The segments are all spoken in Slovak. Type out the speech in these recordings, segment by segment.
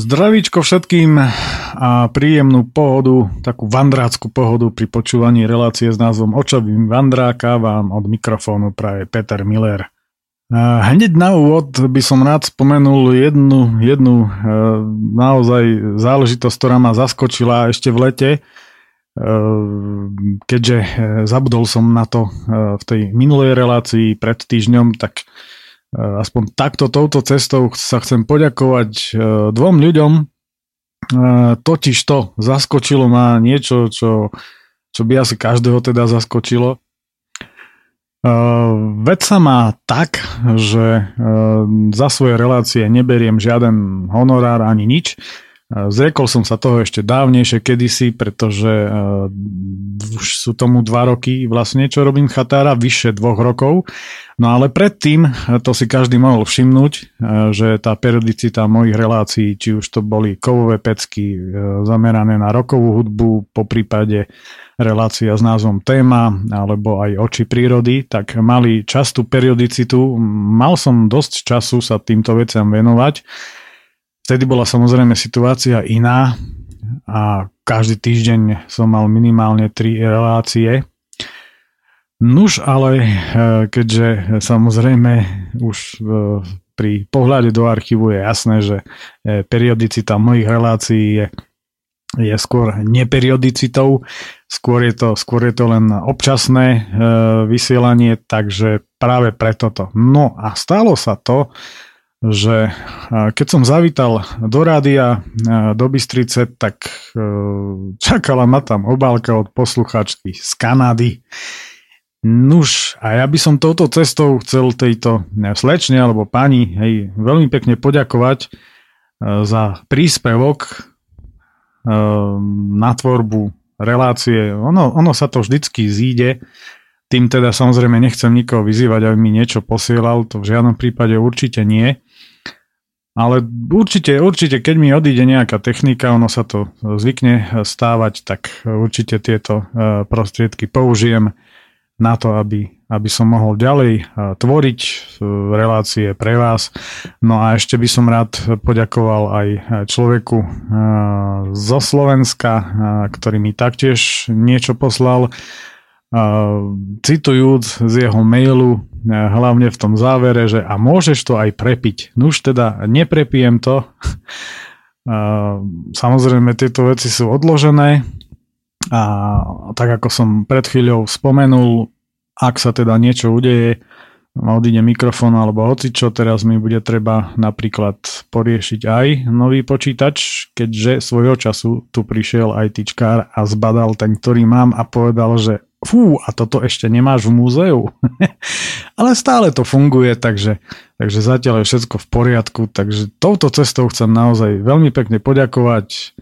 Zdravíčko všetkým a príjemnú pohodu, takú vandrácku pohodu pri počúvaní relácie s názvom Očovým vandráka vám od mikrofónu praje Peter Miller. Hneď na úvod by som rád spomenul jednu naozaj záležitosť, ktorá ma zaskočila ešte v lete, keďže zabudol som na to v tej minulej relácii pred týždňom, tak aspoň takto touto cestou sa chcem poďakovať dvom ľuďom. Totiž to zaskočilo ma niečo, čo by asi každého teda zaskočilo. Vec sa má tak, že za svoje relácie neberiem žiaden honorár ani nič. Zriekol som sa toho ešte dávnejšie kedysi, pretože už sú tomu 2 roky vlastne, čo robím chatára, vyššie 2 rokov. No ale predtým, to si každý mohol všimnúť, že tá periodicita mojich relácií, či už to boli kovové pecky zamerané na rockovú hudbu, po prípade relácia s názvom Téma, alebo aj Oči prírody, tak mali častú periodicitu. Mal som dosť času sa týmto veciam venovať. Vtedy bola samozrejme situácia iná a každý týždeň som mal minimálne 3 relácie. Nuž, ale keďže samozrejme už pri pohľade do archívu je jasné, že periodicita mojich relácií je skôr neperiodicitou, skôr je to len občasné vysielanie, takže práve preto to. No a stalo sa to, že keď som zavítal do rádia do Bystrice, tak čakala ma tam obálka od posluchačky z Kanady. Nuž, a ja by som touto cestou chcel tejto slečne alebo pani veľmi pekne poďakovať za príspevok na tvorbu relácie. Ono sa to vždycky zíde. Tým teda samozrejme nechcem nikoho vyzývať, aby mi niečo posielal, to v žiadnom prípade určite nie. Ale určite, keď mi odíde nejaká technika, ono sa to zvykne stávať, tak určite tieto prostriedky použijem na to, aby som mohol ďalej tvoriť relácie pre vás. No a ešte by som rád poďakoval aj človeku zo Slovenska, ktorý mi taktiež niečo poslal. Citujúc z jeho mailu, hlavne v tom závere, že a môžeš to aj prepiť. Nuž teda neprepijem to. Samozrejme tieto veci sú odložené a tak ako som pred chvíľou spomenul, ak sa teda niečo udeje, odíde mikrofón alebo hocičo, teraz mi bude treba napríklad poriešiť aj nový počítač, keďže svojho času tu prišiel ITčkár a zbadal ten, ktorý mám a povedal, že a toto ešte nemáš v múzeu. Ale stále to funguje, takže zatiaľ je všetko v poriadku, takže touto cestou chcem naozaj veľmi pekne poďakovať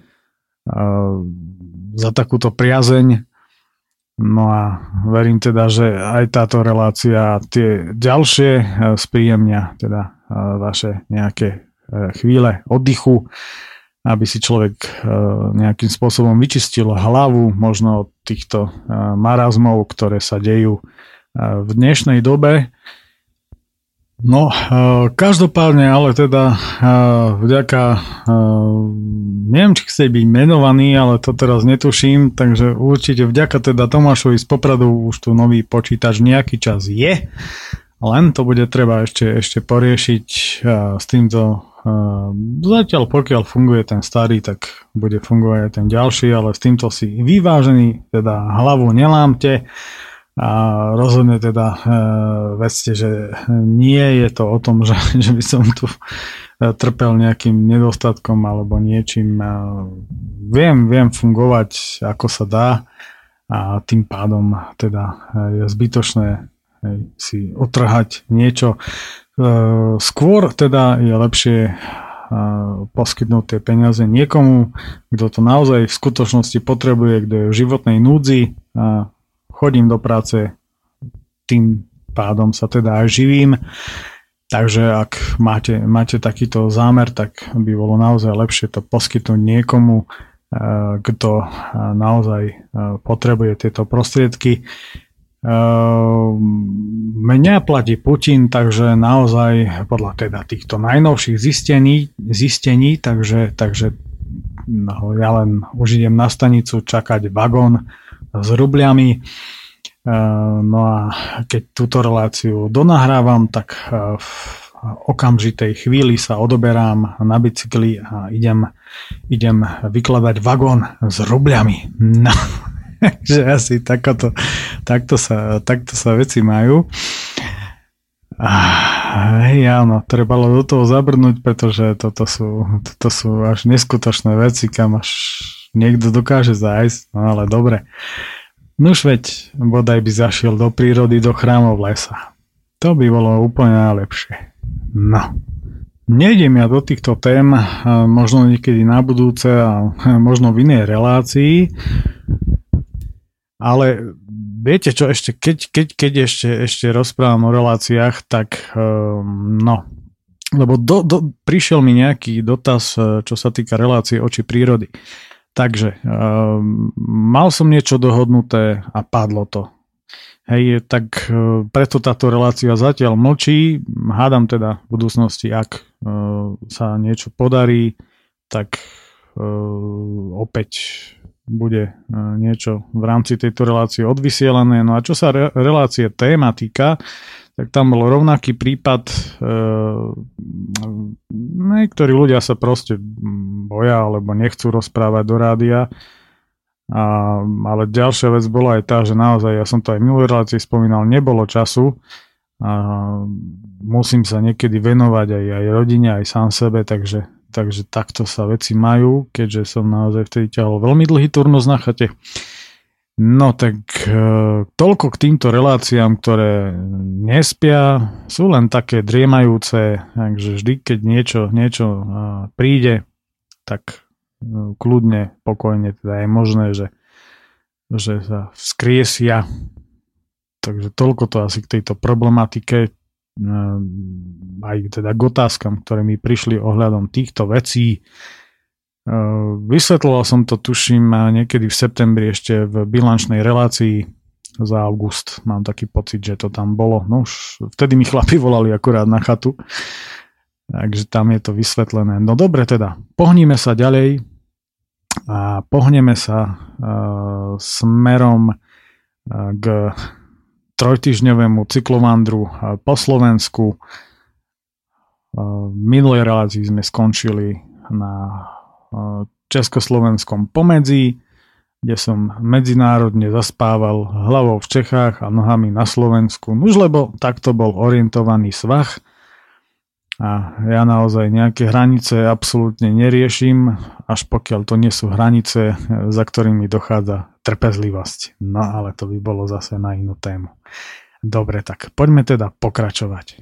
za takúto priazeň. No a verím teda, že aj táto relácia, tie ďalšie spríjemnia teda vaše nejaké chvíle oddychu, aby si človek nejakým spôsobom vyčistil hlavu možno od týchto marazmov, ktoré sa dejú v dnešnej dobe. No, každopádne, ale teda vďaka, neviem, či chce byť menovaný, ale to teraz netuším, takže určite vďaka teda Tomášovi z Popradu už tu nový počítač nejaký čas je, len to bude treba ešte poriešiť s týmto. Zatiaľ pokiaľ funguje ten starý, tak bude fungovať aj ten ďalší, ale s týmto si vyvážený, teda hlavu nelámte a rozhodne teda vedzte, že nie je to o tom, že by som tu trpel nejakým nedostatkom alebo niečím. Viem fungovať ako sa dá a tým pádom teda je zbytočné si otrhať niečo. Skôr teda je lepšie poskytnúť tie peniaze niekomu, kto to naozaj v skutočnosti potrebuje, kto je v životnej núdzi. Chodím do práce, tým pádom sa teda aj živím. Takže ak máte takýto zámer, tak by bolo naozaj lepšie to poskytnúť niekomu, kto naozaj potrebuje tieto prostriedky. Mňa platí Putin, takže naozaj podľa teda týchto najnovších zistení, takže no, ja len už idem na stanicu čakať vagón s rubliami. No a keď túto reláciu donahrávam, tak v okamžitej chvíli sa odoberám na bicykli a idem vykladať vagón s rubliami. No. Že asi takto sa veci majú. Áno, trebalo do toho zabrnúť, pretože toto sú až neskutočné veci, kam až niekto dokáže zájsť, no ale dobre. Nuž veď, bodaj by zašiel do prírody, do chrámov lesa. To by bolo úplne najlepšie. No. Nejdem ja do týchto tém, možno niekedy na budúce a možno v inej relácii. Ale viete čo, keď ešte rozprávam o reláciách, tak no, lebo prišiel mi nejaký dotaz, čo sa týka relácie Oči prírody. Takže mal som niečo dohodnuté a padlo to. Hej, tak preto táto relácia zatiaľ mlčí. Hádam teda v budúcnosti, ak sa niečo podarí, tak opäť bude niečo v rámci tejto relácie odvysielané. No a čo sa relácie tématika, tak tam bol rovnaký prípad. Niektorí ľudia sa proste boja alebo nechcú rozprávať do rádia. Ale ďalšia vec bola aj tá, že naozaj, ja som to aj v minulej relácii spomínal, nebolo času. Musím sa niekedy venovať aj rodine, aj sám sebe, takže takto sa veci majú, keďže som naozaj vtedy ťahol veľmi dlhý turnus na chate. No tak toľko k týmto reláciám, ktoré nespia, sú len také driemajúce, takže vždy, keď niečo príde, tak kľudne, pokojne, teda je možné, že sa vzkriesia. Takže toľko to asi k tejto problematike, aj teda k otázkam, ktoré mi prišli ohľadom týchto vecí. Vysvetloval som to, tuším, niekedy v septembri ešte v bilančnej relácii za august. Mám taký pocit, že to tam bolo. No už vtedy mi chlapi volali akurát na chatu. Takže tam je to vysvetlené. No dobre teda, pohníme sa ďalej a pohneme sa smerom k trojtyžňovému cyklovandru po Slovensku. V minulej relácii sme skončili na československom pomedzi, kde som medzinárodne zaspával hlavou v Čechách a nohami na Slovensku. Už lebo takto bol orientovaný svah a ja naozaj nejaké hranice absolútne neriešim, až pokiaľ to nie sú hranice, za ktorými dochádza trpezlivosť. No ale to by bolo zase na inú tému. Dobre, tak poďme teda pokračovať.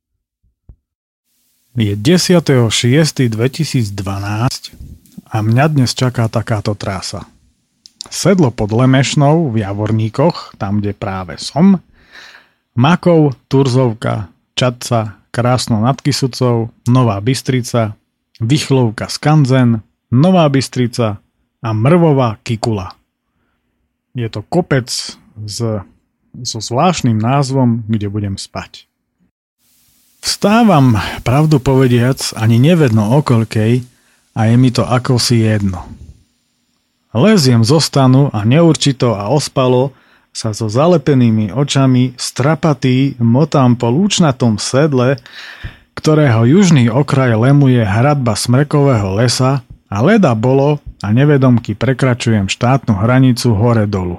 Je 10.6.2012 a mňa dnes čaká takáto trasa. Sedlo pod Lemešnou v Javorníkoch, tam kde práve som, Makov, Turzovka, Čadca, Krásno nad Kysucou, Nová Bystrica, Vychlovka Skanzen, Nová Bystrica a Mrvová Kikula. Je to kopec so zvláštnym názvom, kde budem spať. Vstávam, pravdu povediac, ani nevedno o koľkej a je mi to akosi jedno. Leziem zo stanu a neurčito a ospalo sa so zalepenými očami strapatý motám po lúčnatom sedle, ktorého južný okraj lemuje hradba smrekového lesa a leda bolo a nevedomky prekračujem štátnu hranicu hore-dolu.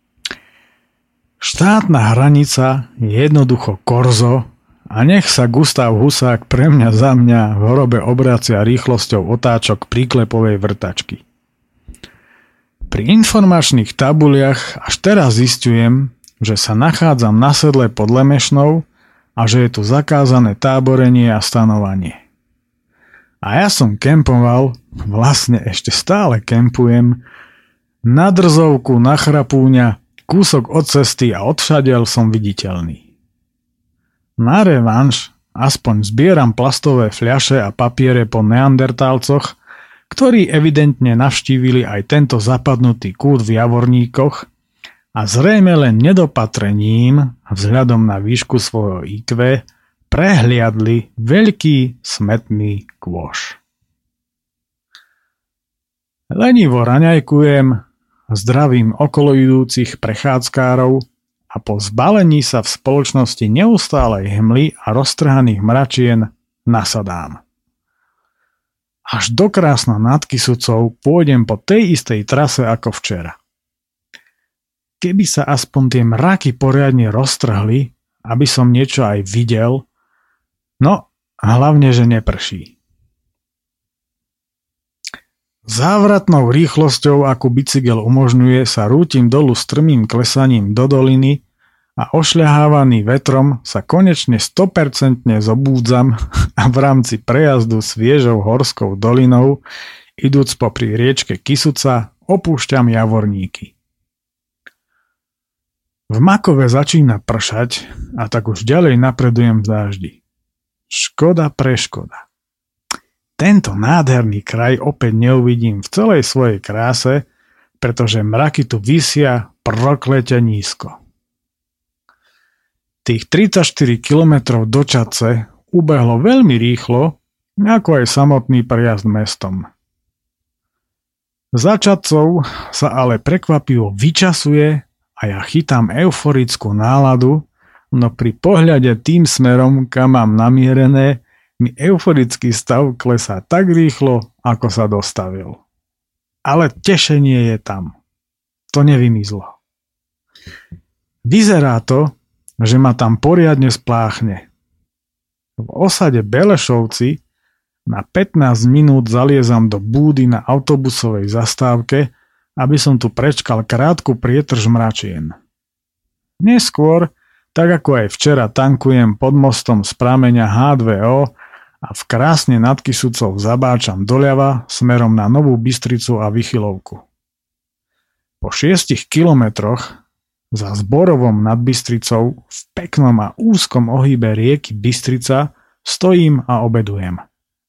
Štátna hranica je jednoducho korzo a nech sa Gustav Husák pre mňa za mňa v hrobe obracia rýchlosťou otáčok príklepovej vrtačky. Pri informačných tabuliach až teraz zistujem, že sa nachádzam na sedle pod Lemešnou a že je tu zakázané táborenie a stanovanie. A ja som kempoval, vlastne ešte stále kempujem, na Drzovku, na Chrapúňa, kúsok od cesty a odvšadiaľ som viditeľný. Na revanš aspoň zbieram plastové fľaše a papiere po neandertálcoch, ktorí evidentne navštívili aj tento zapadnutý kút v Javorníkoch a zrejme len nedopatrením vzhľadom na výšku svojho IQ prehliadli veľký smetný kôš. Lenivo raňajkujem, zdravím okoloidúcich prechádzkárov a po zbalení sa v spoločnosti neustálej hmly a roztrhaných mračien nasadám. Až do Krásna nad Kysucou pôjdem po tej istej trase ako včera. Keby sa aspoň tie mraky poriadne roztrhli, aby som niečo aj videl, no hlavne, že neprší. Závratnou rýchlosťou, ako bicykel umožňuje, sa rútim dolu strmým klesaním do doliny a ošľahávaný vetrom sa konečne 100% zobúdzam a v rámci prejazdu sviežou horskou dolinou, idúc popri riečke Kysuca, opúšťam Javorníky. V Makove začína pršať a tak už ďalej napredujem v dáždi. Škoda preškoda. Tento nádherný kraj opäť neuvidím v celej svojej kráse, pretože mraky tu visia proklete nízko. Tých 34 kilometrov do Čadce ubehlo veľmi rýchlo, ako aj samotný prejazd mestom. Za Čadcov sa ale prekvapivo vyčasuje a ja chytám euforickú náladu, no pri pohľade tým smerom, kam mám namierené, mi euforický stav klesá tak rýchlo, ako sa dostavil. Ale tešenie je tam. To nevymizlo. Vyzerá to, že ma tam poriadne spláchne. V osade Belešovci na 15 minút zaliezam do búdy na autobusovej zastávke, aby som tu prečkal krátku prietrž mračien. Neskôr, tak ako aj včera, tankujem pod mostom z prameňa H2O a v Krásne nad Kysucou zabáčam doľava smerom na Novú Bystricu a Vychylovku. Po 6 kilometroch za Zborovom nad Bystricou v peknom a úzkom ohybe rieky Bystrica stojím a obedujem.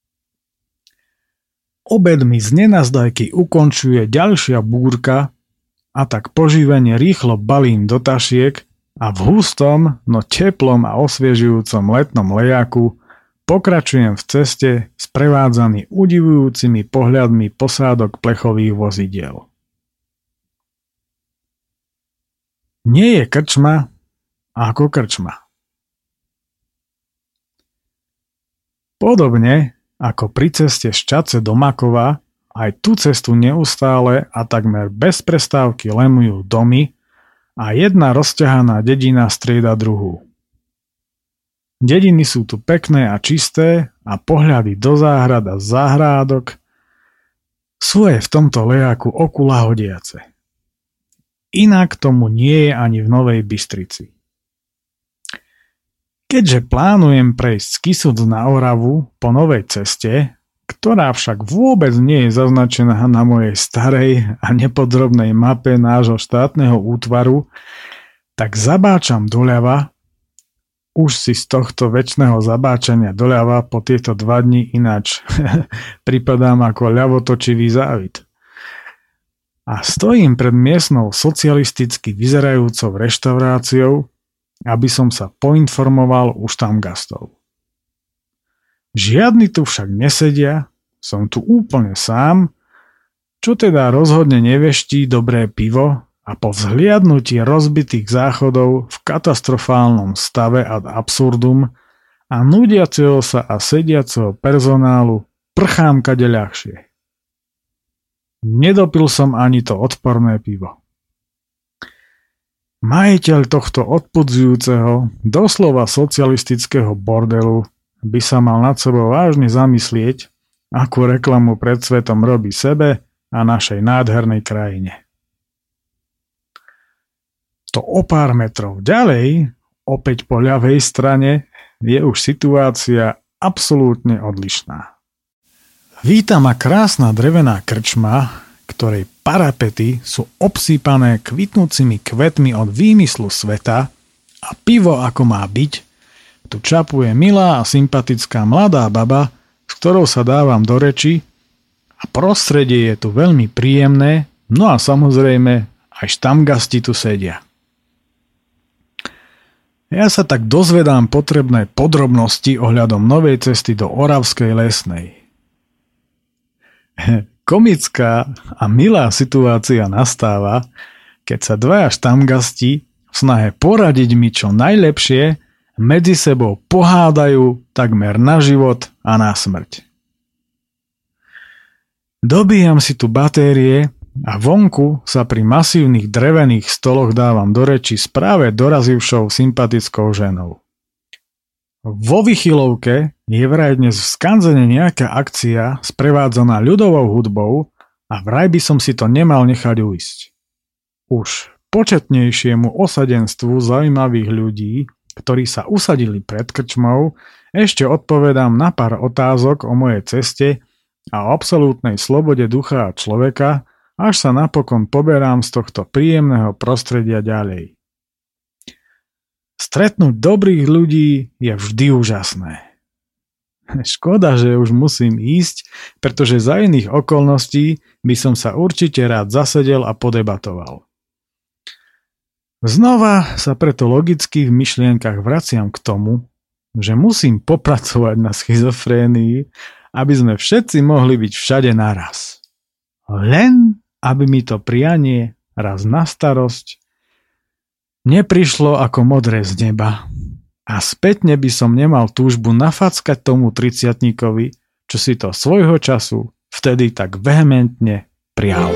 Obed mi z nenazdajky ukončuje ďalšia búrka a tak poživenie rýchlo balím do tašiek a v hustom, no teplom a osviežujúcom letnom lejaku pokračujem v ceste sprevádzaný udivujúcimi pohľadmi posádok plechových vozidiel. Nie je krčma ako krčma. Podobne ako pri ceste z Čadce do Makova, aj tú cestu neustále a takmer bez prestávky lemujú domy a jedna rozťahaná dedina strieda druhú. Dediny sú tu pekné a čisté a pohľady do záhrad a záhrádok sú aj v tomto lejáku okula hodiace. Inak tomu nie je ani v Novej Bystrici. Keďže plánujem prejsť z Kysuc na Oravu po novej ceste, ktorá však vôbec nie je zaznačená na mojej starej a nepodrobnej mape nášho štátneho útvaru, tak zabáčam doľava, už si z tohto večného zabáčania doľava po tieto 2 dni ináč pripadám ako ľavotočivý závit. A stojím pred miestnou socialisticky vyzerajúcou reštauráciou, aby som sa poinformoval u štamgastov. Žiadni tu však nesedia, som tu úplne sám, čo teda rozhodne neveští dobré pivo a po vzhliadnutí rozbitých záchodov v katastrofálnom stave ad absurdum a nudiaceho sa a sediaceho personálu prchám kade ľahšie. Nedopil som ani to odporné pivo. Majiteľ tohto odpudzujúceho, doslova socialistického bordelu by sa mal nad sebou vážne zamyslieť, akú reklamu pred svetom robí sebe a našej nádhernej krajine. To o pár metrov ďalej, opäť po ľavej strane, je už situácia absolútne odlišná. Víta ma krásna drevená krčma, ktorej parapety sú obsýpané kvitnúcimi kvetmi od výmyslu sveta a pivo ako má byť, tu čapuje milá a sympatická mladá baba, s ktorou sa dávam do reči a prostredie je tu veľmi príjemné, no a samozrejme aj štamgasti tu sedia. Ja sa tak dozvedám potrebné podrobnosti ohľadom novej cesty do Oravskej Lesnej. Komická a milá situácia nastáva, keď sa dvaja štamgasti v snahe poradiť mi čo najlepšie medzi sebou pohádajú takmer na život a na smrť. Dobíjam si tu batérie a vonku sa pri masívnych drevených stoloch dávam do reči s práve dorazivšou sympatickou ženou. Vo Vychylovke je vraj dnes v Skanzene nejaká akcia sprevádzaná ľudovou hudbou a vraj by som si to nemal nechať ujsť. Už početnejšiemu osadenstvu zaujímavých ľudí, ktorí sa usadili pred krčmou, ešte odpovedám na pár otázok o mojej ceste a o absolútnej slobode ducha a človeka, až sa napokon poberám z tohto príjemného prostredia ďalej. Stretnúť dobrých ľudí je vždy úžasné. Škoda, že už musím ísť, pretože za iných okolností by som sa určite rád zasedel a podebatoval. Znova sa preto logicky v myšlienkach vraciam k tomu, že musím popracovať na schizofrénii, aby sme všetci mohli byť všade naraz. Len aby mi to prianie raz na starosť neprišlo ako modré z neba a spätne by som nemal túžbu nafackať tomu 30-tníkovi, čo si to svojho času vtedy tak vehementne prial.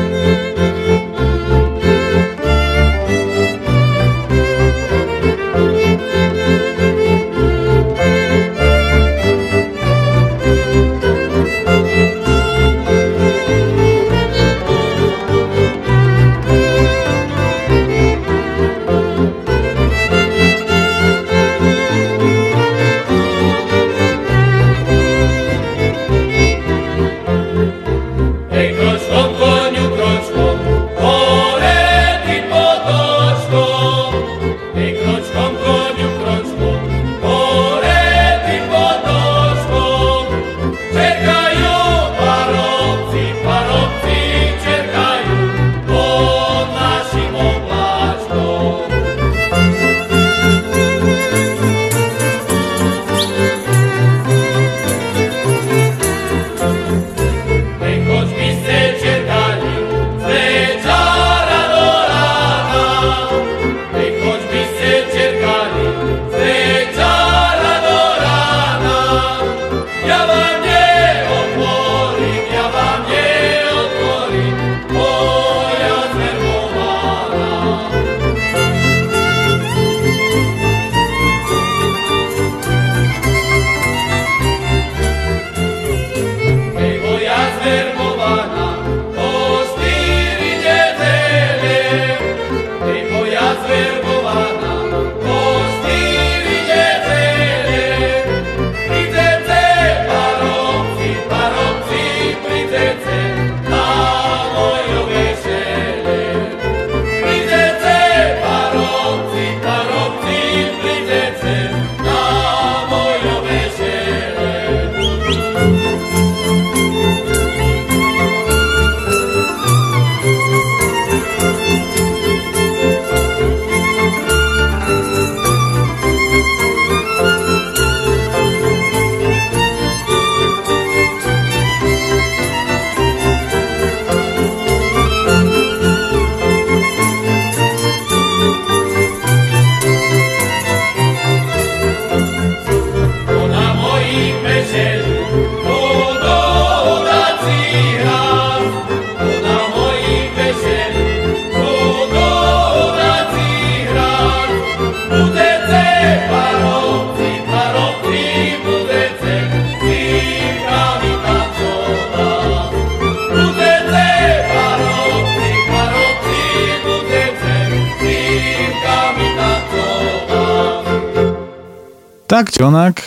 Tak či onak,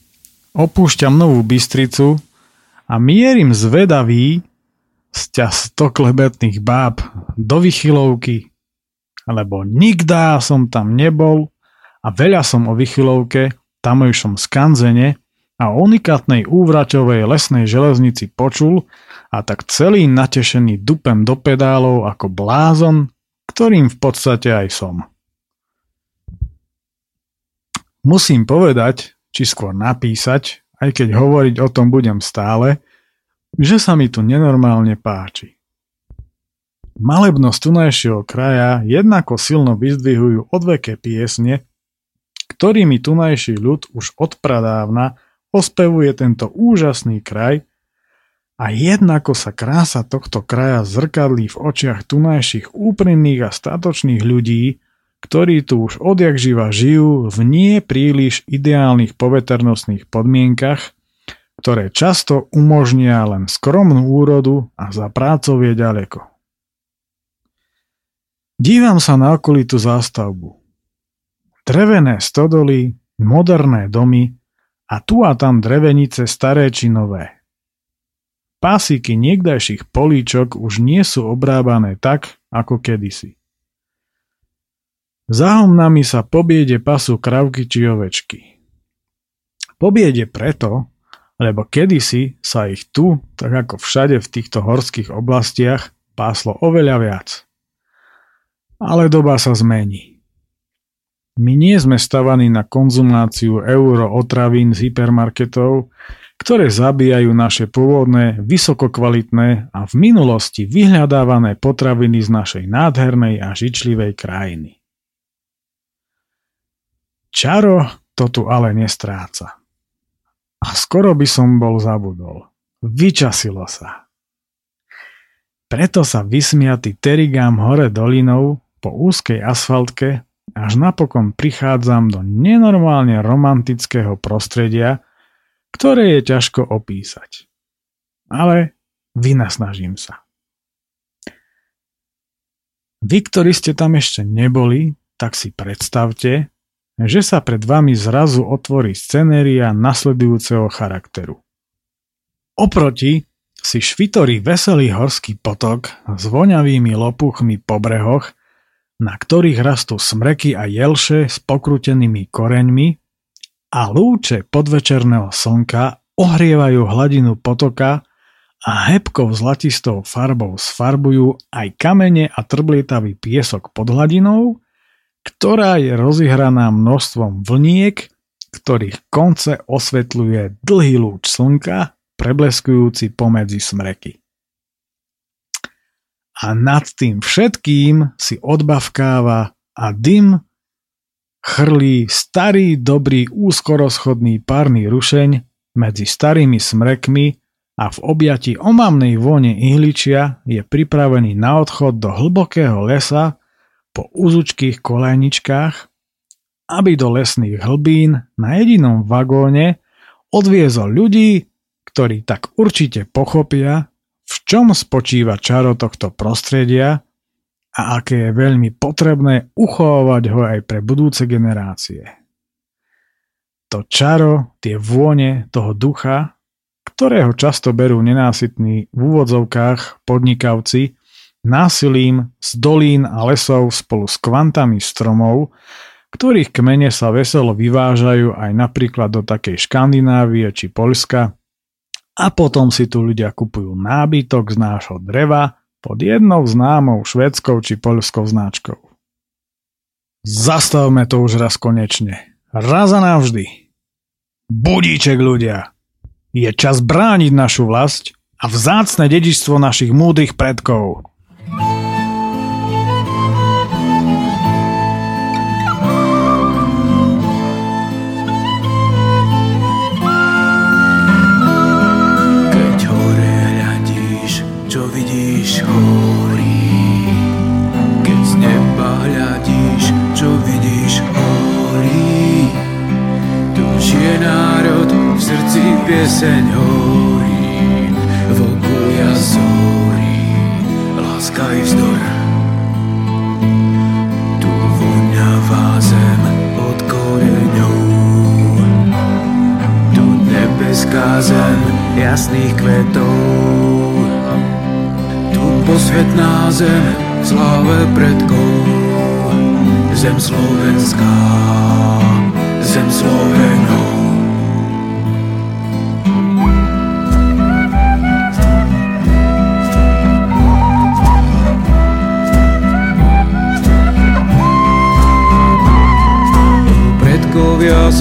opúšťam Novú Bystricu a mierim zvedavý z ťastoklebetných báb do Vychylovky, lebo nikdá som tam nebol a veľa som o Vychylovke, tamojšom Skanzene a o unikátnej úvraťovej lesnej železnici počul a tak celý natešený dupem do pedálov ako blázon ktorým v podstate aj som. Musím povedať, či skôr napísať, aj keď hovoriť o tom budem stále, že sa mi tu nenormálne páči. Malebnosť tunajšieho kraja jednako silno vyzdvihujú odveké piesne, ktorými tunajší ľud už odpradávna ospevuje tento úžasný kraj a jednako sa krása tohto kraja zrkadlí v očiach tunajších úprimných a statočných ľudí, ktorí tu už odjakživa žijú v nie príliš ideálnych poveternostných podmienkach, ktoré často umožnia len skromnú úrodu a za prácou je ďaleko. Dívam sa na okolitú zástavbu. Drevené stodoly, moderné domy a tu a tam drevenice staré či nové. Pásiky niekdajších políčok už nie sú obrábané tak, ako kedysi. Za homnami sa po biede pasú kravky či ovečky. Po biede preto, lebo kedysi sa ich tu, tak ako všade v týchto horských oblastiach, páslo oveľa viac. Ale doba sa zmení. My nie sme stavaní na konzumáciu otravín z hypermarketov, ktoré zabíjajú naše pôvodné, vysokokvalitné a v minulosti vyhľadávané potraviny z našej nádhernej a žičlivej krajiny. Čaro to tu ale nestráca. A skoro by som bol zabudol. Vyčasilo sa. Preto sa vysmiatý terigám hore dolinou po úzkej asfaltke, až napokon prichádzam do nenormálne romantického prostredia, ktoré je ťažko opísať. Ale vynasnažím sa. Vy, ktorí ste tam ešte neboli, tak si predstavte, že sa pred vami zrazu otvorí scenéria nasledujúceho charakteru. Oproti si švitorí veselý horský potok s voňavými lopuchmi po brehoch, na ktorých rastú smreky a jelše s pokrutenými koreňmi a lúče podvečerného slnka ohrievajú hladinu potoka a hebkou zlatistou farbou sfarbujú aj kamene a trblietavý piesok pod hladinou, ktorá je rozihraná množstvom vlniek, ktorých konce osvetľuje dlhý lúč slnka, prebleskujúci pomedzi smreky. A nad tým všetkým si odbavkáva a dym chrlí starý, dobrý, úzkorozchodný párny rušeň medzi starými smrekmi a v objatí omamnej vône ihličia je pripravený na odchod do hlbokého lesa po uzučkých kolejničkách, aby do lesných hlbín na jedinom vagóne odviezol ľudí, ktorí tak určite pochopia, v čom spočíva čaro tohto prostredia a aké je veľmi potrebné uchovávať ho aj pre budúce generácie. To čaro, tie vône toho ducha, ktorého často berú nenásytní v úvodzovkách podnikavci, násilím z dolín a lesov spolu s kvantami stromov, ktorých kmene sa veselo vyvážajú aj napríklad do takej Škandinávie či Poľska, a potom si tu ľudia kupujú nábytok z nášho dreva pod jednou známou švédskou či poľskou značkou. Zastavme to už raz konečne. Raz a navždy. Budíček ľudia. Je čas brániť našu vlast a vzácne dedičstvo našich múdrych predkov. Pieseň horí, vokuja zorí, láska i vzdor. Tu voňavá zem pod koreňou, tu nebeská zem jasných kvetov, tu posvetná zem v sláve predkov, zem slovenská, zem Slovenov.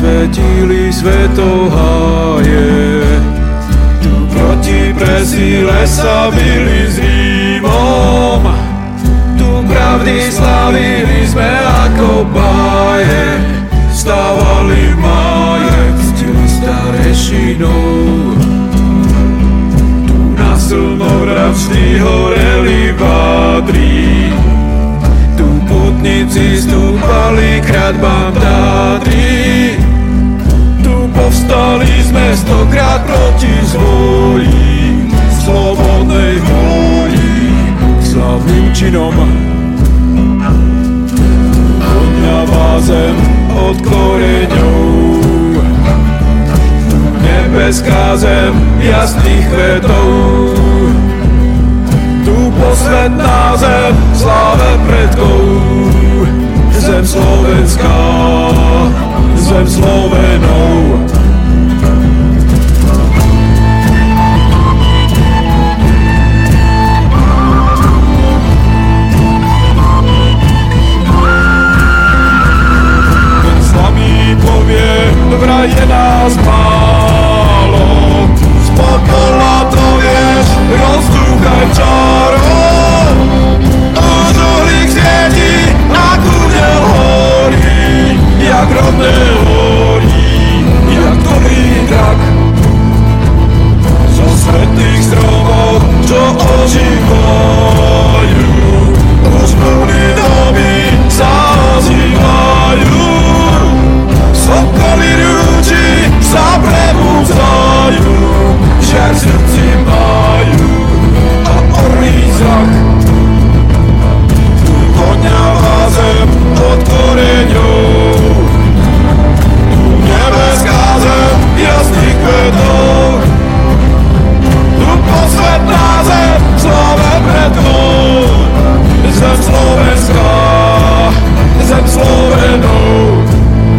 svetili svetov háje. Tu proti presíle sa bili s Rímom, tu pravdy slavili sme ako báje. Stávali máje, ctili starešinou, tu na Slnovravždy horeli vádry, tu putníci stúpali k hradbám Tátry. Tu povstali sme stokrát proti zvoli, slobodnej vôli, slavným činom. Odňavá zem od koreňov, nebeská zem jasných kvetov. Tu posvetná zem sláve predkov, zem slovenská, zem Slovenov. Ten slabý povie, vraj je nás málo, z popola to vieš, rozdúchaj čarom. Už uhlík svieti a kúdeľ horí, jak rodné horí, jak dobrý drak. Zo svetných stromov, čo ožívajú, už plný doby sa ozývajú. Sokoly rúči sa prebúdzajú, žiar v srdci majú a orlý zrak. Tu voňavá zem od koreňov, tu nebeská zem jasných kvetov, tu posvetná zem sláve predkov, zem slovenská, zem Slovenov.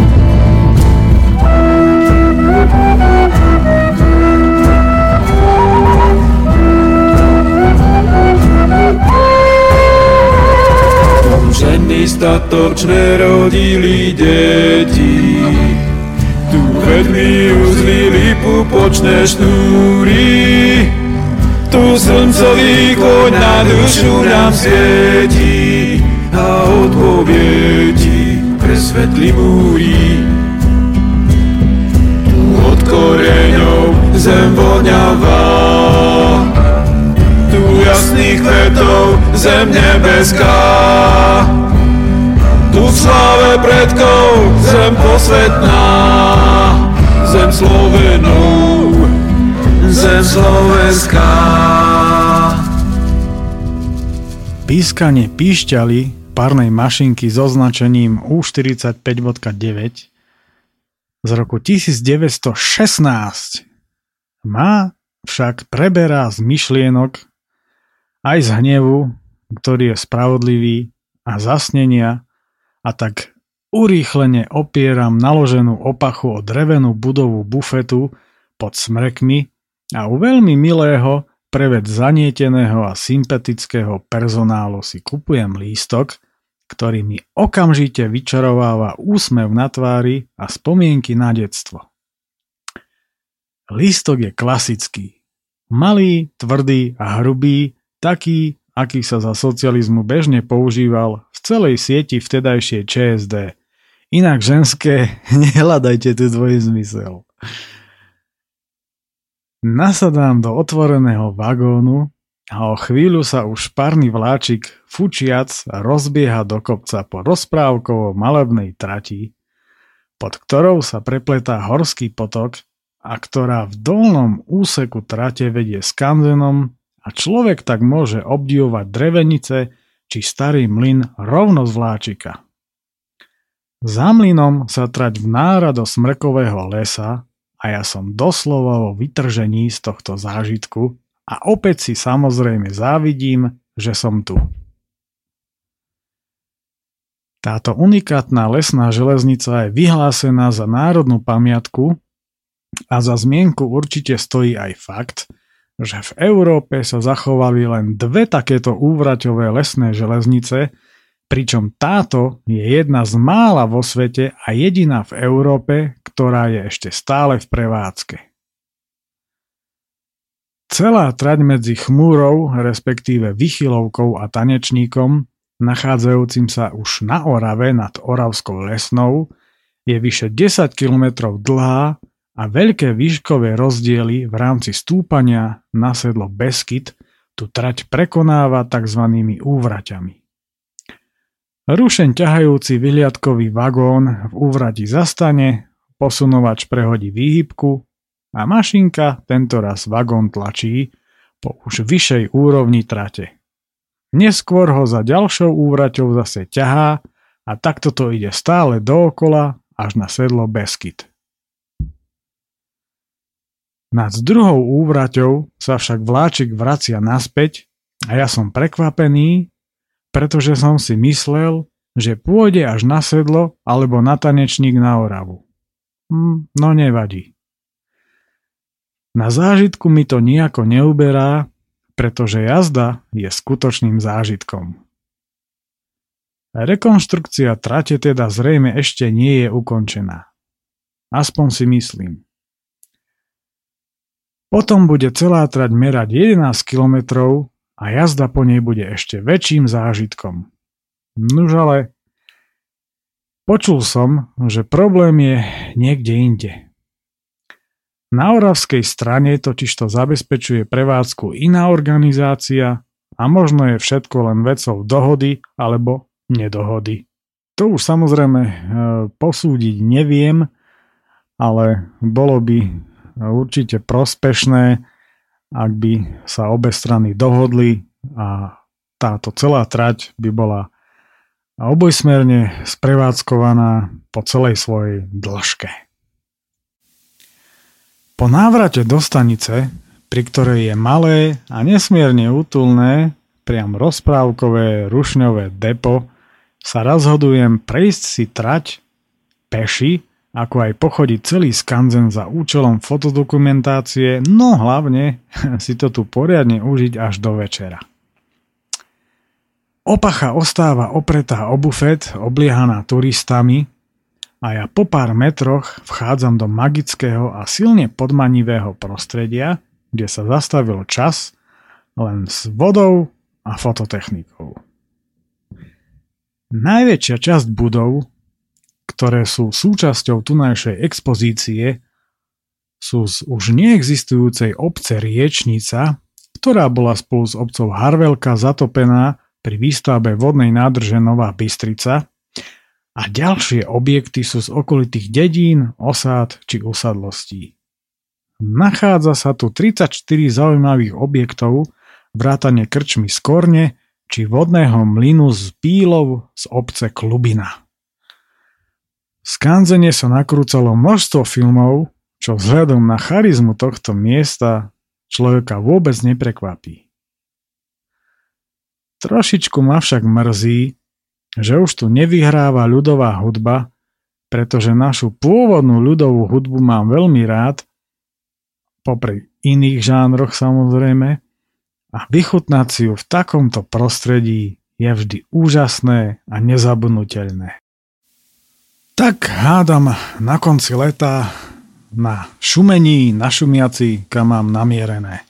Ženy statočné rodili deti, tu vedli uzlili pupočné šnúry, tu slncový koň na dušu nám svieti a odpoviedi presvetlí múry. Tu od koreňov zem voňavá, tu jasných kvetov zem nebeská, tu v sláve predkov zem posvetná, zem Slovenov, zem slovenská. Pískanie píšťaly párnej mašinky s označením U45.9 z roku 1916 má však preberá z myšlienok aj z hnevu, ktorý je spravodlivý, a zasnenia, a tak urýchlene opieram naloženú opachu o drevenú budovu bufetu pod smrekmi a u veľmi milého, preveď zanieteného a sympatického personálu si kupujem lístok, ktorý mi okamžite vyčarováva úsmev na tvári a spomienky na detstvo. Lístok je klasický. Malý, tvrdý a hrubý, taký, aký sa za socializmu bežne používal v celej sieti vtedajšej ČSD. Inak ženské, nehľadajte tu dvojzmysel. Nasadám do otvoreného vagónu a o chvíľu sa už párny vláčik fučiac rozbieha do kopca po rozprávkovo malebnej trati, pod ktorou sa prepletá horský potok a ktorá v dolnom úseku trate vedie s kanzenom a človek tak môže obdivovať drevenice či starý mlyn rovno z vláčika. Za mlynom sa trať vnára do smrkového lesa a ja som doslova vo vytržení z tohto zážitku a opäť si samozrejme závidím, že som tu. Táto unikátna lesná železnica je vyhlásená za národnú pamiatku a za zmienku určite stojí aj fakt, že v Európe sa zachovali len 2 takéto úvraťové lesné železnice, pričom táto je jedna z mála vo svete a jediná v Európe, ktorá je ešte stále v prevádzke. Celá trať medzi Chmúrou, respektíve Vychylovkou a Tanečníkom, nachádzajúcim sa už na Orave nad Oravskou Lesnou, je vyše 10 km dlhá a veľké výškové rozdiely v rámci stúpania na sedlo Beskyd tu trať prekonáva tzv. Úvraťami. Rušeň ťahajúci vyhliadkový vagón v úvrati zastane, posunovač prehodí výhybku a mašinka tentoraz vagón tlačí po už vyššej úrovni trate. Neskôr ho za ďalšou úvraťou zase ťahá a takto to ide stále dookola až na sedlo Beskyd. Nad druhou úvraťou sa však vláčik vracia naspäť a ja som prekvapený, pretože som si myslel, že pôjde až na sedlo alebo na Tanečník na Oravu. No nevadí. Na zážitku mi to nejako neuberá, pretože jazda je skutočným zážitkom. Rekonštrukcia trate teda zrejme ešte nie je ukončená. Aspoň si myslím. Potom bude celá trať merať 11 km a jazda po nej bude ešte väčším zážitkom. Nuž ale počul som, že problém je niekde inde. Na oravskej strane totižto zabezpečuje prevádzku iná organizácia a možno je všetko len vecou dohody alebo nedohody. To už samozrejme posúdiť neviem, ale bolo by určite prospešné, ak by sa obe strany dohodli a táto celá trať by bola obojsmerne sprevádzkovaná po celej svojej dĺžke. Po návrate do stanice, pri ktorej je malé a nesmierne útulné, priam rozprávkové rušňové depo, sa rozhodujem prejsť si trať peši, ako aj pochodiť celý skanzen za účelom fotodokumentácie, no hlavne si to tu poriadne užiť až do večera. Opacha ostáva opretá o bufet, obliehaná turistami a ja po pár metroch vchádzam do magického a silne podmanivého prostredia, kde sa zastavil čas len s vodou a fototechnikou. Najväčšia časť budov, ktoré sú súčasťou tunajšej expozície, sú z už neexistujúcej obce Riečnica, ktorá bola spolu s obcou Harvelka zatopená pri výstavbe vodnej nádrže Nová Bystrica, a ďalšie objekty sú z okolitých dedín, osád či usadlostí. Nachádza sa tu 34 zaujímavých objektov, vrátane krčmy Skorne či vodného mlynu z Pílov z obce Klubina. V skanzene sa nakrúcalo množstvo filmov, čo vzhľadom na charizmu tohto miesta človeka vôbec neprekvapí. Trošičku ma však mrzí, že už tu nevyhráva ľudová hudba, pretože našu pôvodnú ľudovú hudbu mám veľmi rád, popri iných žánroch samozrejme, a vychutnať si ju v takomto prostredí je vždy úžasné a nezabudnuteľné. Tak hádam na konci leta na šumení, na šumiaci, kam mám namierené.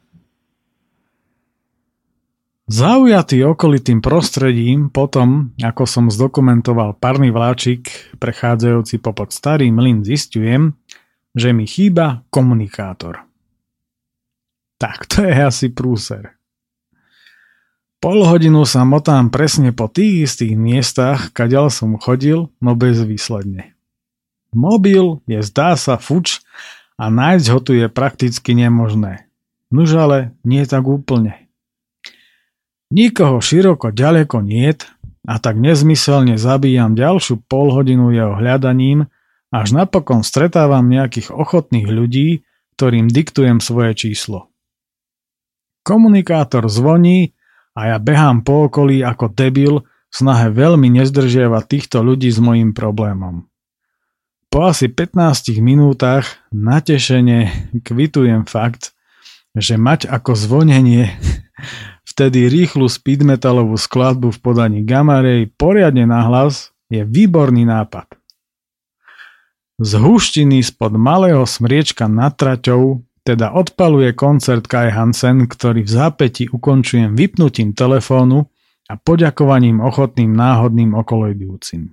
Zaujatý okolitým prostredím potom, ako som zdokumentoval parný vláčik prechádzajúci popod Starý mlyn, zistujem, že mi chýba komunikátor. Tak to je asi prúser. Pol hodinu sa motám presne po tých istých miestach, kadiaľ som chodil, no bezvýsledne. Mobil je zdá sa fuč a nájsť ho tu je prakticky nemožné. Nuž ale nie tak úplne. Nikoho široko ďaleko niet a tak nezmyselne zabíjam ďalšiu polhodinu jeho hľadaním, až napokon stretávam nejakých ochotných ľudí, ktorým diktujem svoje číslo. Komunikátor zvoní a ja behám po okolí ako debil v snahe veľmi nezdržiavať týchto ľudí s mojím problémom. Po asi 15 minútach natešene kvitujem fakt, že mať ako zvonenie v vtedy rýchlu speed metalovú skladbu v podaní Gamma Ray poriadne nahlas je výborný nápad. Z húštiny spod malého smriečka nad traťou teda odpaluje koncert Kai Hansen, ktorý v zápäti ukončujem vypnutím telefónu a poďakovaním ochotným náhodným okoloidujúcim.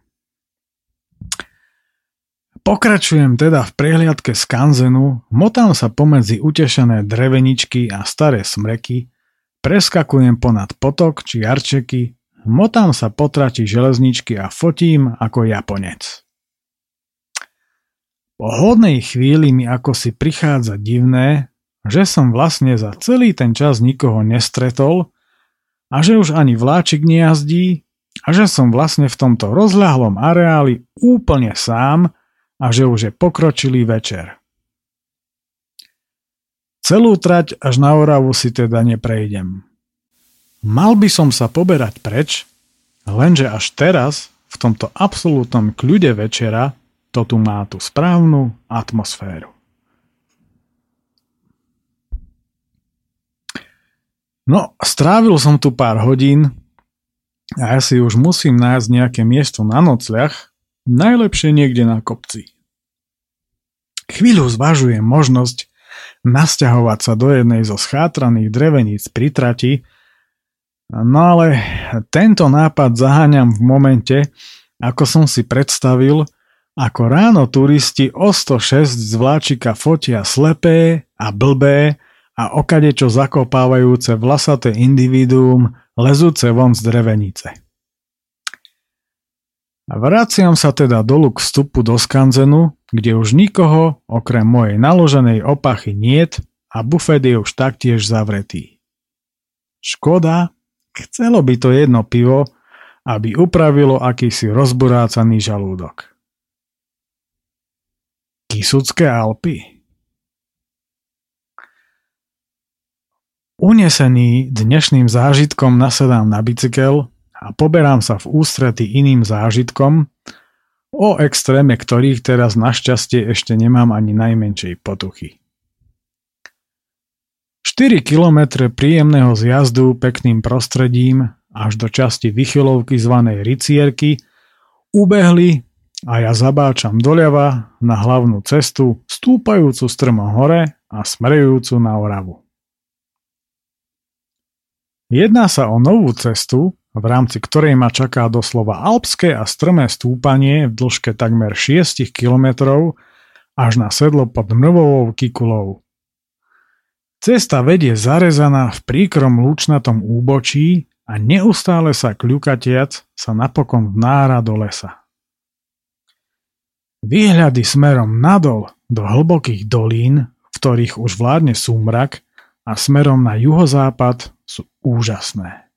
Pokračujem teda v prehliadke skanzenu, motám sa pomedzi utešené dreveničky a staré smreky, preskakujem ponad potok či jarčeky, motám sa po trati železničky a fotím ako Japonec. Po hodnej chvíli mi ako si prichádza divné, že som vlastne za celý ten čas nikoho nestretol a že už ani vláčik nejazdí a že som vlastne v tomto rozľahlom areáli úplne sám a že už je pokročilý večer. Celú trať až na Oravu si teda neprejdem. Mal by som sa poberať preč, lenže až teraz, v tomto absolútnom kľude večera, to tu má tú správnu atmosféru. No, strávil som tu pár hodín a ja si už musím nájsť nejaké miesto na nocľah, najlepšie niekde na kopci. Chvíľu zvažujem možnosť nasťahovať sa do jednej zo schátraných dreveníc pri trati, no ale tento nápad zaháňam v momente, ako som si predstavil, ako ráno turisti o 106 z vláčika fotia slepé a blbé a okadečo zakopávajúce vlasaté individuum lezúce von z drevenice. Vraciam sa teda dolu k vstupu do skanzenu, kde už nikoho okrem mojej naloženej opachy niet a bufet je už taktiež zavretý. Škoda, chcelo by to jedno pivo, aby upravilo akýsi rozburácaný žalúdok. Kysucké Alpy. Unesený dnešným zážitkom nasedám na bicykel a poberám sa v ústrety iným zážitkom, o extréme ktorých teraz našťastie ešte nemám ani najmenšej potuchy. 4 kilometre príjemného zjazdu pekným prostredím až do časti vychylovky zvanej Ricierky ubehli a ja zabáčam doľava na hlavnú cestu stúpajúcu strmo hore a smerujúcu na Oravu. Jedná sa o novú cestu, v rámci ktorej ma čaká doslova alpské a strmé stúpanie v dĺžke takmer 6 kilometrov až na sedlo pod Mrvovou Kikulou. Cesta vedie zarezaná v príkrom lúčnatom úbočí a neustále sa kľukatiac sa napokon vnára do lesa. Výhľady smerom nadol do hlbokých dolín, v ktorých už vládne súmrak, a smerom na juhozápad sú úžasné.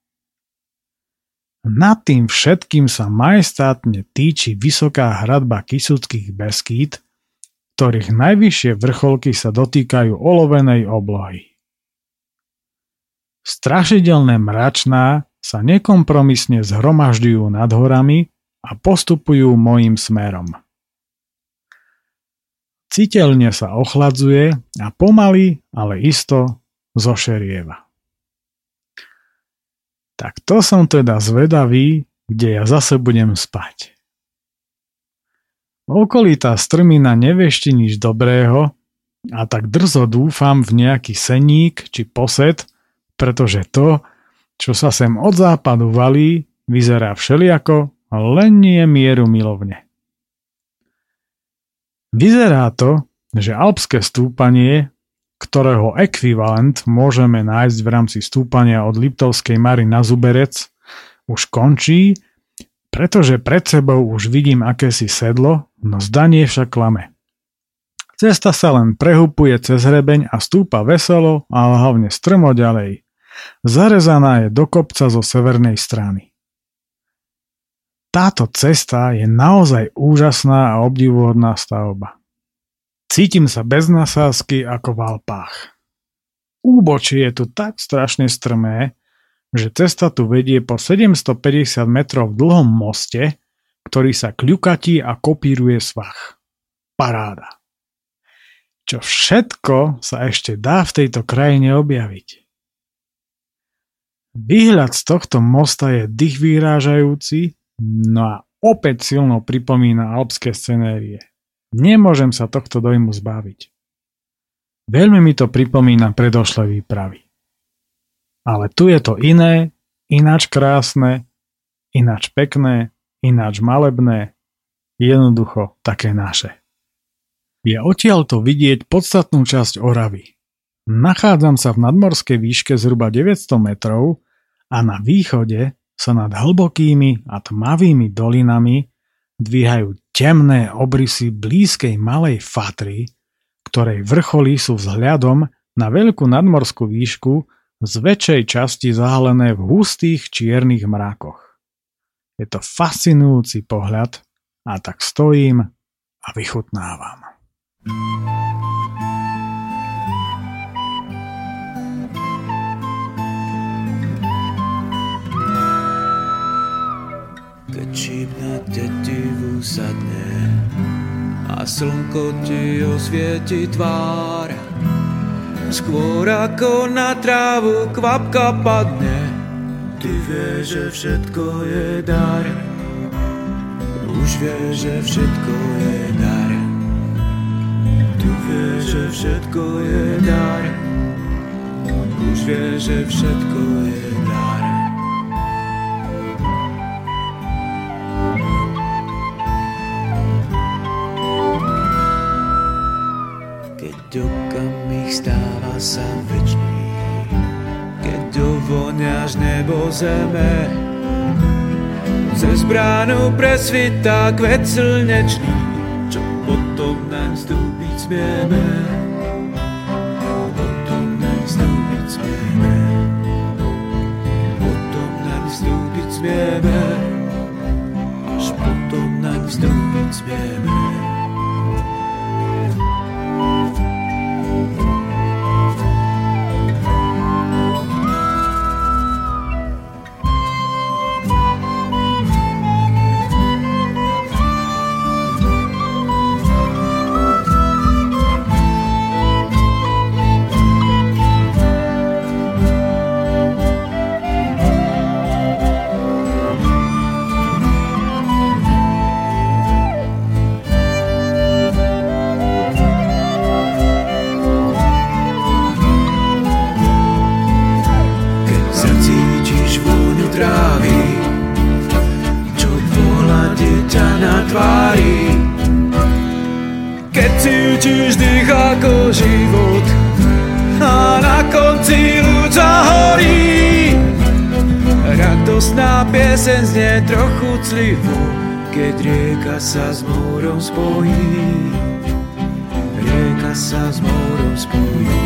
Nad tým všetkým sa majestátne týči vysoká hradba Kysuckých Beskýd, ktorých najvyššie vrcholky sa dotýkajú olovenej oblohy. Strašidelné mračná sa nekompromisne zhromažďujú nad horami a postupujú mojím smerom. Citeľne sa ochladzuje a pomaly, ale isto zošerieva. Tak to som teda zvedavý, kde ja zase budem spať. Okolitá strmina nevešti nič dobrého a tak drzo dúfam v nejaký seník či posed, pretože to, čo sa sem od západu valí, vyzerá všeliako, len nie mieru milovne. Vyzerá to, že alpské stúpanie, ktorého ekvivalent môžeme nájsť v rámci stúpania od Liptovskej Mary na Zuberec, už končí, pretože pred sebou už vidím akési sedlo, no zdanie však klame. Cesta sa len prehupuje cez hrebeň a stúpa veselo, ale hlavne strmo ďalej. Zarezaná je do kopca zo severnej strany. Táto cesta je naozaj úžasná a obdivuhodná stavba. Cítim sa bez nasázky ako v Alpách. Úbočie je tu tak strašne strmé, že cesta tu vedie po 750 metrov dlhom moste, ktorý sa kľukatí a kopíruje svah. Paráda. Čo všetko sa ešte dá v tejto krajine objaviť? Výhľad z tohto mosta je dých vyrážajúci, no a opäť silno pripomína alpské scenérie. Nemôžem sa tohto dojmu zbaviť. Veľmi mi to pripomína predošlé výpravy. Ale tu je to iné, ináč krásne, ináč pekné, ináč malebné, jednoducho také naše. Je odtiaľto vidieť podstatnú časť Oravy. Nachádzam sa v nadmorskej výške zhruba 900 metrov a na východe sa nad hlbokými a tmavými dolinami dvíhajú temné obrysy blízkej malej Fatry, ktorej vrcholy sú vzhľadom na veľkú nadmorskú výšku z väčšej časti zahalené v hustých čiernych mrakoch. Je to fascinujúci pohľad a tak stojím a vychutnávam. Keď šíp na tetivu sadne a slnko ti osvieti tvár, skôr ako na trávu kvapka padne, ty vieš, že všetko je dar. Už vieš, že všetko je dar. Ty vieš, že všetko je dar. Už vieš, že všetko je dar. Okamih stáva sa večný, keď dovoňaš nebo zeme. Cez bránu presvitá kvet slnečný, čo potom naň vstúpiť smieme. Potom naň vstúpiť smieme. Potom naň vstúpiť smieme. Až potom naň vstúpiť smieme. Keď cítiš dých ako život a na konci ľud zahorí, radostná pieseň znie trochu clivo, keď rieka sa s morom spojí. Rieka sa s morom spojí.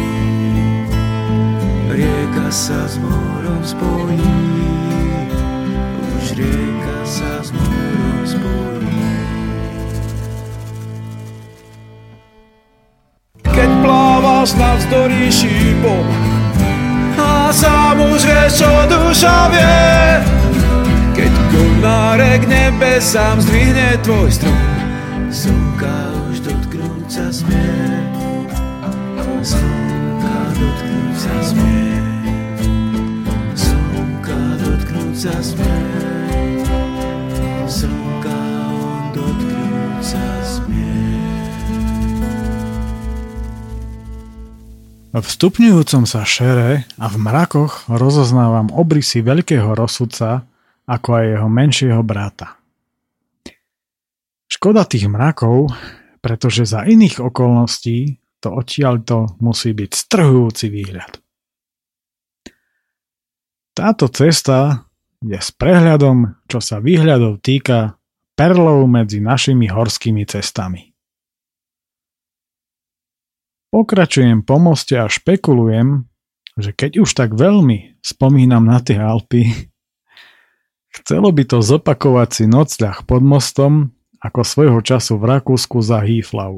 Rieka sa s morom spojí. Už rieka sa s morom spojí. Keď plávaš navzdory šípom a sám už vieš, čo duša vie, keď gonárek nebesám zdvihne tvoj strom, slnka už dotknúť sa smie. Slnka dotknúť sa smie. Slnka dotknúť sa smie. Slnka dotknúť sa smie. V stupňujúcom sa šere a v mrakoch rozoznávam obrysy veľkého rozsudca, ako aj jeho menšieho brata. Škoda tých mrakov, pretože za iných okolností to odtiaľto musí byť strhujúci výhľad. Táto cesta je s prehľadom, čo sa výhľadov týka, perlou medzi našimi horskými cestami. Pokračujem po moste a špekulujem, že keď už tak veľmi spomínam na tie Alpy, chcelo by to zopakovať si nocľah pod mostom, ako svojho času v Rakúsku za Híflau.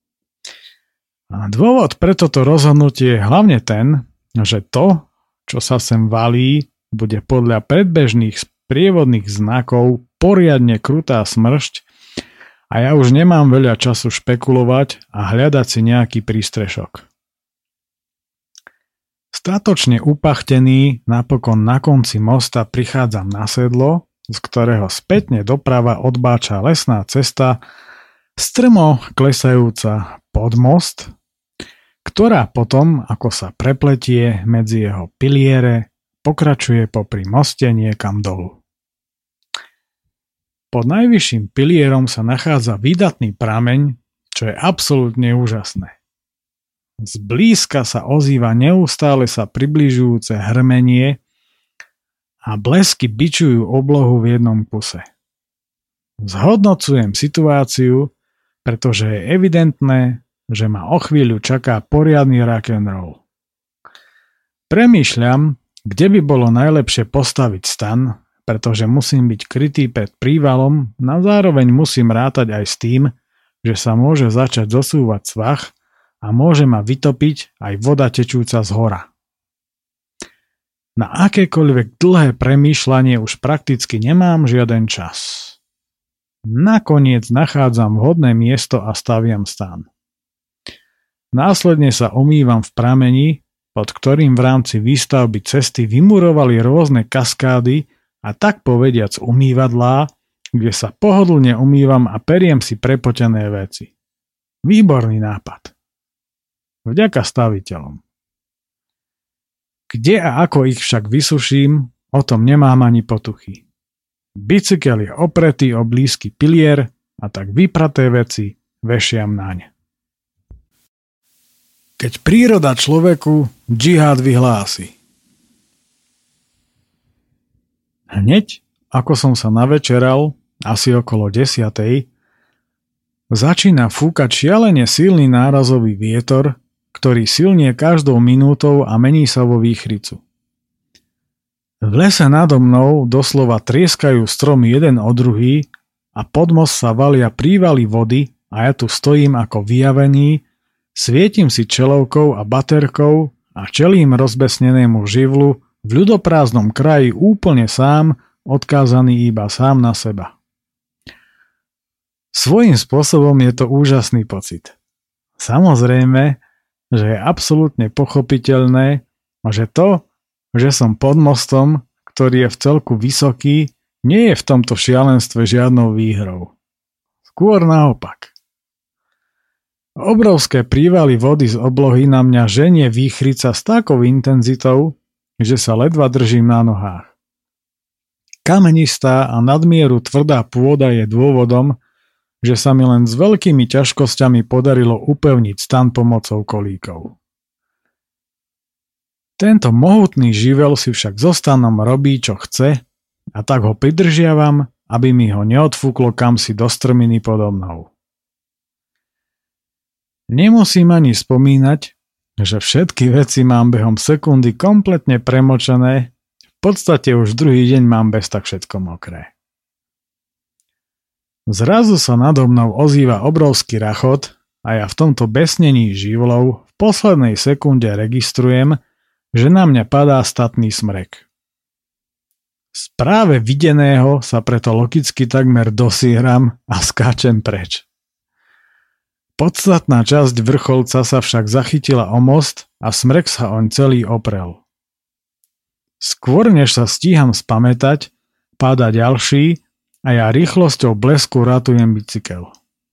A dôvod pre toto rozhodnutie je hlavne ten, že to, čo sa sem valí, bude podľa predbežných sprievodných znakov poriadne krutá smršť a ja už nemám veľa času špekulovať a hľadať si nejaký prístrešok. Statočne upachtený napokon na konci mosta prichádzam na sedlo, z ktorého spätne doprava odbáča lesná cesta, strmo klesajúca pod most, ktorá potom, ako sa prepletie medzi jeho piliere, pokračuje popri moste niekam dolu. Pod najvyšším pilierom sa nachádza výdatný prameň, čo je absolútne úžasné. Zblízka sa ozýva neustále sa približujúce hrmenie a blesky bičujú oblohu v jednom kuse. Zhodnocujem situáciu, pretože je evidentné, že ma o chvíľu čaká poriadny rock'n'roll. Premýšľam, kde by bolo najlepšie postaviť stan, pretože musím byť krytý pred prívalom, no zároveň musím rátať aj s tým, že sa môže začať zosúvať svah a môže ma vytopiť aj voda tečúca z hora. Na akékoľvek dlhé premýšľanie už prakticky nemám žiaden čas. Nakoniec nachádzam vhodné miesto a staviam stan. Následne sa umývam v prameni, pod ktorým v rámci výstavby cesty vymurovali rôzne kaskády a tak povediac umývadlá, kde sa pohodlne umývam a periem si prepotené veci. Výborný nápad. Vďaka staviteľom. Kde a ako ich však vysuším, o tom nemám ani potuchy. Bicykel je opretý o blízky pilier a tak vypraté veci vešiam naň. Keď príroda človeku džihad vyhlási. Hneď, ako som sa navečeral, asi okolo 10:00, začína fúkať šialene silný nárazový vietor, ktorý silnie každou minútou a mení sa vo výchricu. V lese nado mnou doslova trieskajú stromy jeden o druhý a pod most sa valia prívaly vody a ja tu stojím ako vyjavený, svietim si čelovkou a baterkou a čelím rozbesnenému živlu v ľudoprázdnom kraji úplne sám, odkázaný iba sám na seba. Svojím spôsobom je to úžasný pocit. Samozrejme, že je absolútne pochopiteľné, že to, že som pod mostom, ktorý je v celku vysoký, nie je v tomto šialenstve žiadnou výhrou. Skôr naopak. Obrovské prívaly vody z oblohy na mňa ženie výchrica s takou intenzitou, že sa ledva držím na nohách. Kamenistá a nadmieru tvrdá pôda je dôvodom, že sa mi len s veľkými ťažkosťami podarilo upevniť stan pomocou kolíkov. Tento mohutný živel si však so stanom robí, čo chce, a tak ho pridržiavam, aby mi ho neodfúklo kamsi do strminy podo mnou. Nemusím ani spomínať, že všetky veci mám behom sekundy kompletne premočené, v podstate už druhý deň mám bez tak všetko mokré. Zrazu sa nado mnou ozýva obrovský rachot a ja v tomto besnení živlov v poslednej sekunde registrujem, že na mňa padá statný smrek. Z práve videného sa preto logicky takmer dosieram a skáčem preč. Podstatná časť vrcholca sa však zachytila o most a smrek sa oň celý oprel. Skôr než sa stíham spamätať, páda ďalší a ja rýchlosťou blesku ratujem bicykel.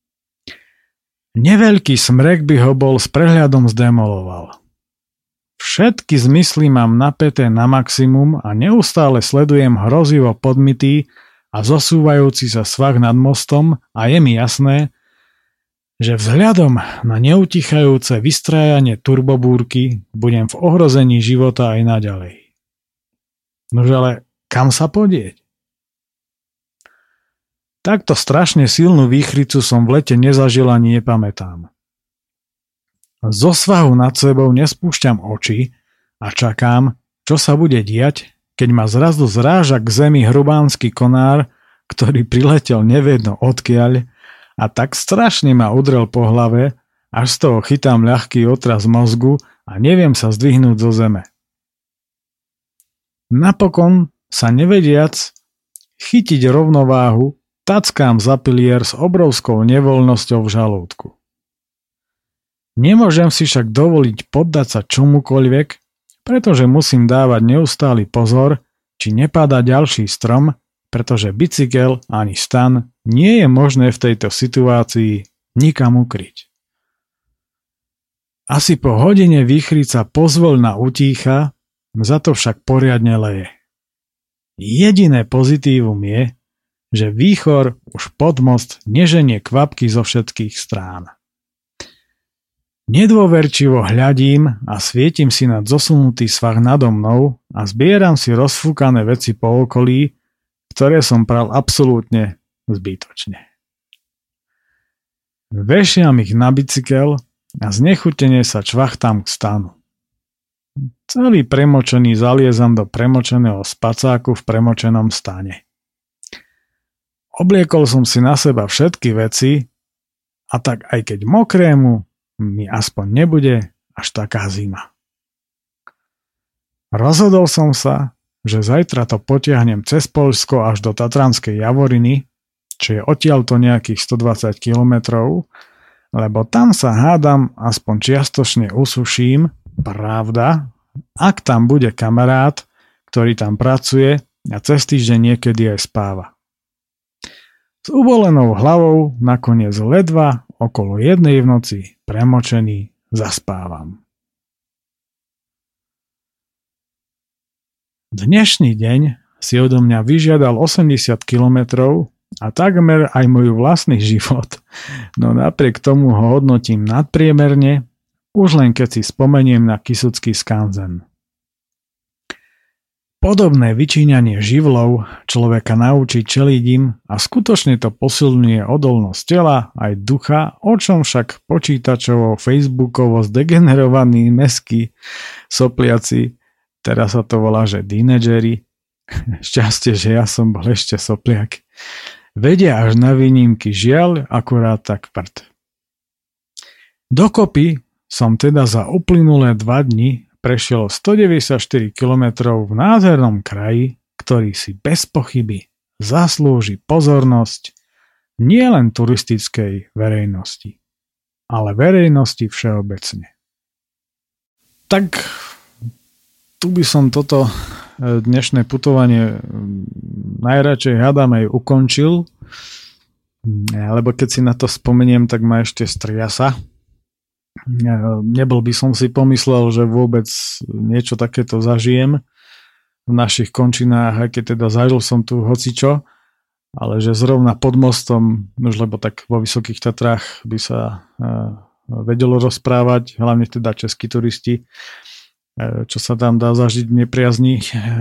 Neveľký smrek by ho bol s prehľadom zdemoloval. Všetky zmysly mám napäté na maximum a neustále sledujem hrozivo podmitý a zosúvajúci sa svah nad mostom a je mi jasné, že vzhľadom na neutichajúce vystrájanie turbobúrky budem v ohrození života aj naďalej. Nože ale kam sa podieť? Takto strašne silnú výchricu som v lete nezažil ani nepamätám. Zo svahu nad sebou nespúšťam oči a čakám, čo sa bude diať, keď ma zrazu zráža k zemi hrubánsky konár, ktorý priletel nevedno odkiaľ a tak strašne ma udrel po hlave, až z toho chytám ľahký otras mozgu a neviem sa zdvihnúť zo zeme. Napokon sa nevediac chytiť rovnováhu, tackám za pilier s obrovskou nevoľnosťou v žalúdku. Nemôžem si však dovoliť poddať sa čomukoľvek, pretože musím dávať neustály pozor, či nepadá ďalší strom, pretože bicykel ani stan nie je možné v tejto situácii nikam ukryť. Asi po hodine výchrica pozvoľna utícha, za to však poriadne leje. Jediné pozitívum je, že výchor už pod most neženie kvapky zo všetkých strán. Nedôverčivo hľadím a svietim si na zosunutý svah nado mnou a zbieram si rozfúkané veci po okolí, ktoré som pral absolútne zbytočne. Vešiam ich na bicykel a znechutene sa čvachtám k stanu. Celý premočený zaliezam do premočeného spacáku v premočenom stane. Obliekol som si na seba všetky veci a tak aj keď mokrému mi aspoň nebude až taká zima. Rozhodol som sa, že zajtra to potiahnem cez Poľsko až do Tatranskej Javoriny, čo je odtiaľto nejakých 120 kilometrov, lebo tam sa hádam aspoň čiastočne usuším, pravda, ak tam bude kamarát, ktorý tam pracuje a cez týždeň niekedy aj spáva. S uvolenou hlavou nakoniec ledva okolo 1 v noci premočený zaspávam. Dnešný deň si odo mňa vyžiadal 80 kilometrov a takmer aj môj vlastný život, no napriek tomu ho hodnotím nadpriemerne, už len keď si spomeniem na Kysucký skanzen. Podobné vyčíňanie živlov človeka naučí čeliť im a skutočne to posilňuje odolnosť tela aj ducha, o čom však počítačovo, facebookovo zdegenerovaní meskí sopliaci, teraz sa to volá, že tínedžeri, šťastie, že ja som bol ešte sopliak, vedia až na výnimky, žiaľ, akurát tak prd. Dokopy som teda za uplynulé 2 dni prešiel 194 km v nádhernom kraji, ktorý si bez pochyby zaslúži pozornosť nielen turistickej verejnosti, ale verejnosti všeobecne. Tak tu by som toto dnešné putovanie najradšej hádam aj ukončil, lebo keď si na to spomeniem, tak ma ešte striasa. Nebol by som si pomyslel, že vôbec niečo takéto zažijem v našich končinách, aj keď teda zažil som tu hocičo, ale že zrovna pod mostom, už lebo tak vo Vysokých Tatrách by sa vedelo rozprávať, hlavne teda českí turisti, čo sa tam dá zažiť v nepriazni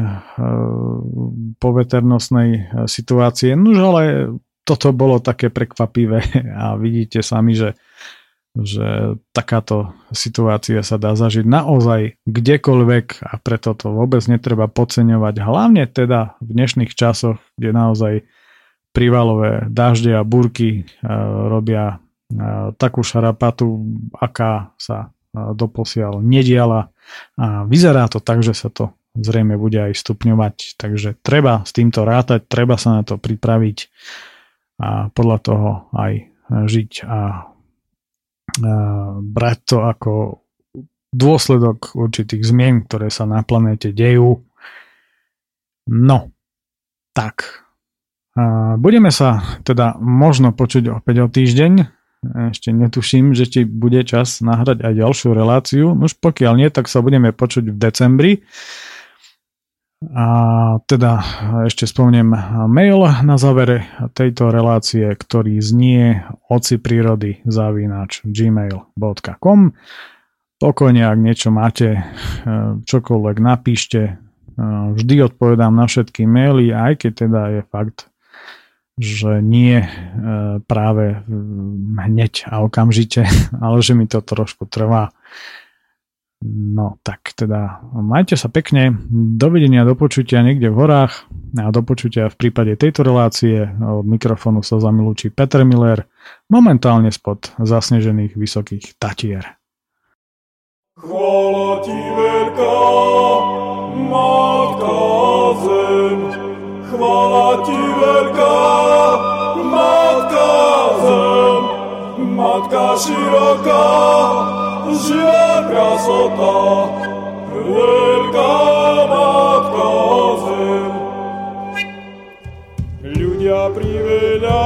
poveternostnej situácie. Nož ale toto bolo také prekvapivé a vidíte sami, že takáto situácia sa dá zažiť naozaj kdekoľvek a preto to vôbec netreba podceňovať. Hlavne teda v dnešných časoch, kde naozaj prívalové dažde a búrky robia takú šarapatu, aká sa doposiaľ nediala a vyzerá to tak, že sa to zrejme bude aj stupňovať. Takže treba s týmto rátať, treba sa na to pripraviť a podľa toho aj žiť a brať to ako dôsledok určitých zmien, ktoré sa na planéte dejú. No, tak. Budeme sa teda možno počuť opäť o týždeň. Ešte netuším, že ti bude čas nahrať aj ďalšiu reláciu. Už pokiaľ nie, tak sa budeme počuť v decembri. A teda ešte spomeniem mail na závere tejto relácie, ktorý znie ociprirody@gmail.com. Pokojne, ak niečo máte, čokoľvek napíšte, vždy odpovedám na všetky maily, aj keď teda je fakt, že nie práve hneď a okamžite, ale že mi to trošku trvá. No tak teda majte sa pekne, dovidenia, do počutia niekde v horách a do počutia v prípade tejto relácie. Od mikrofónu sa zamilúči Peter Miller, momentálne spod zasnežených Vysokých Tatier. Chvála ti veľká, Matka Zem, chvála ti veľká, Matka Zem, Matka široká, živá krasota, ti veľa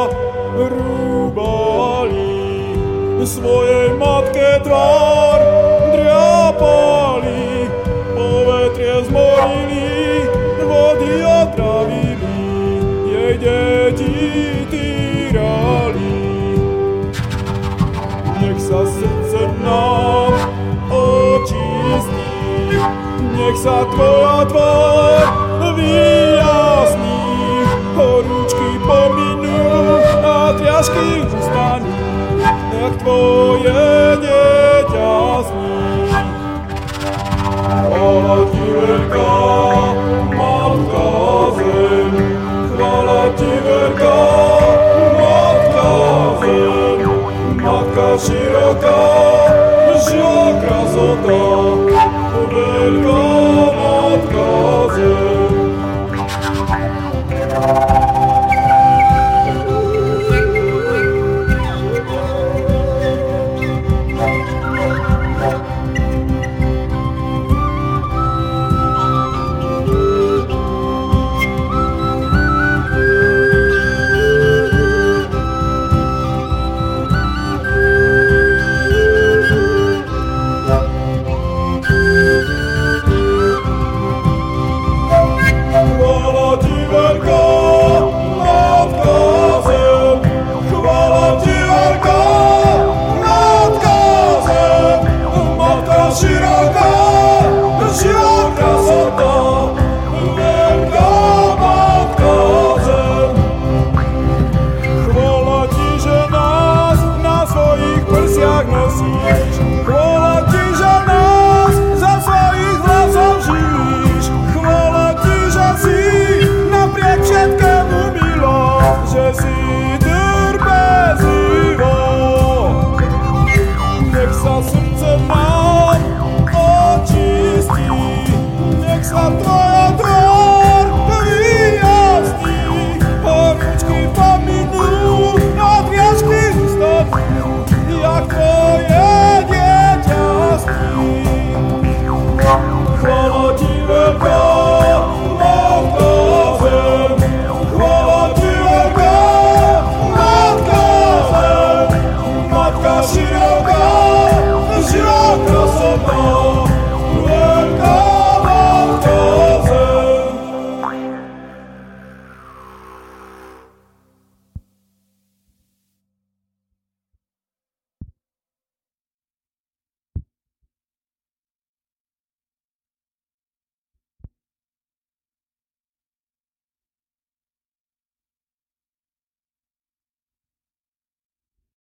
rúbali, svojej matke tvár driapali, povetrie zmorili, vody otravili, jej deti týrali. Nech sa srdce nám očistí, nech sa tvoja tvár vyjasní, horúčky pominú a triažky ustanú, jak tvoje dieťa sní. Chvála ti veľká Matka Zem, chvála ti veľká Matka Zem, Matka široká, žia krasota, veľká Matka Zem.